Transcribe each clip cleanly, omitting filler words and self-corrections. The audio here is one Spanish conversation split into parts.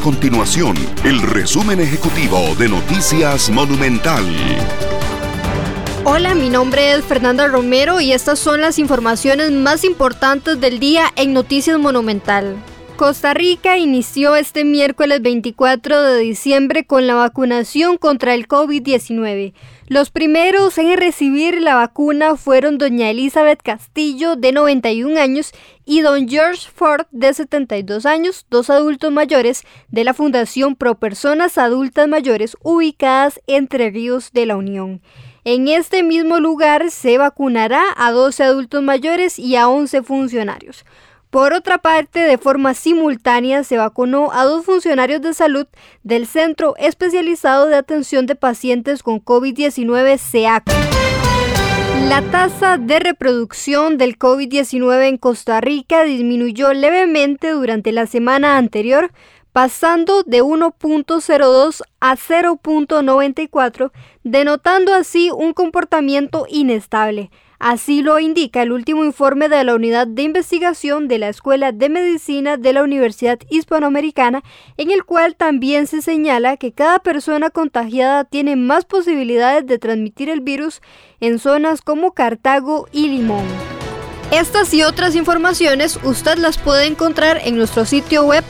continuación el resumen ejecutivo de Noticias Monumental. Hola, mi nombre es Fernanda Romero y estas son las informaciones más importantes del día en Noticias Monumental. Costa Rica inició este miércoles 24 de diciembre con la vacunación contra el COVID-19. Los primeros en recibir la vacuna fueron doña Elizabeth Castillo, de 91 años, y don George Ford, de 72 años, dos adultos mayores de la Fundación Pro Personas Adultas Mayores ubicadas en Entre Ríos de la Unión. En este mismo lugar se vacunará a 12 adultos mayores y a 11 funcionarios. Por otra parte, de forma simultánea se vacunó a 2 funcionarios de salud del Centro Especializado de Atención de Pacientes con COVID-19, CEACO. La tasa de reproducción del COVID-19 en Costa Rica disminuyó levemente durante la semana anterior, pasando de 1.02 a 0.94, denotando así un comportamiento inestable. Así lo indica el último informe de la Unidad de Investigación de la Escuela de Medicina de la Universidad Hispanoamericana, en el cual también se señala que cada persona contagiada tiene más posibilidades de transmitir el virus en zonas como Cartago y Limón. Estas y otras informaciones usted las puede encontrar en nuestro sitio web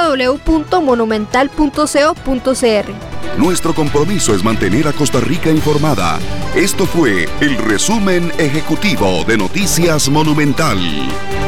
www.monumental.co.cr. Nuestro compromiso es mantener a Costa Rica informada. Esto fue el resumen ejecutivo de Noticias Monumental.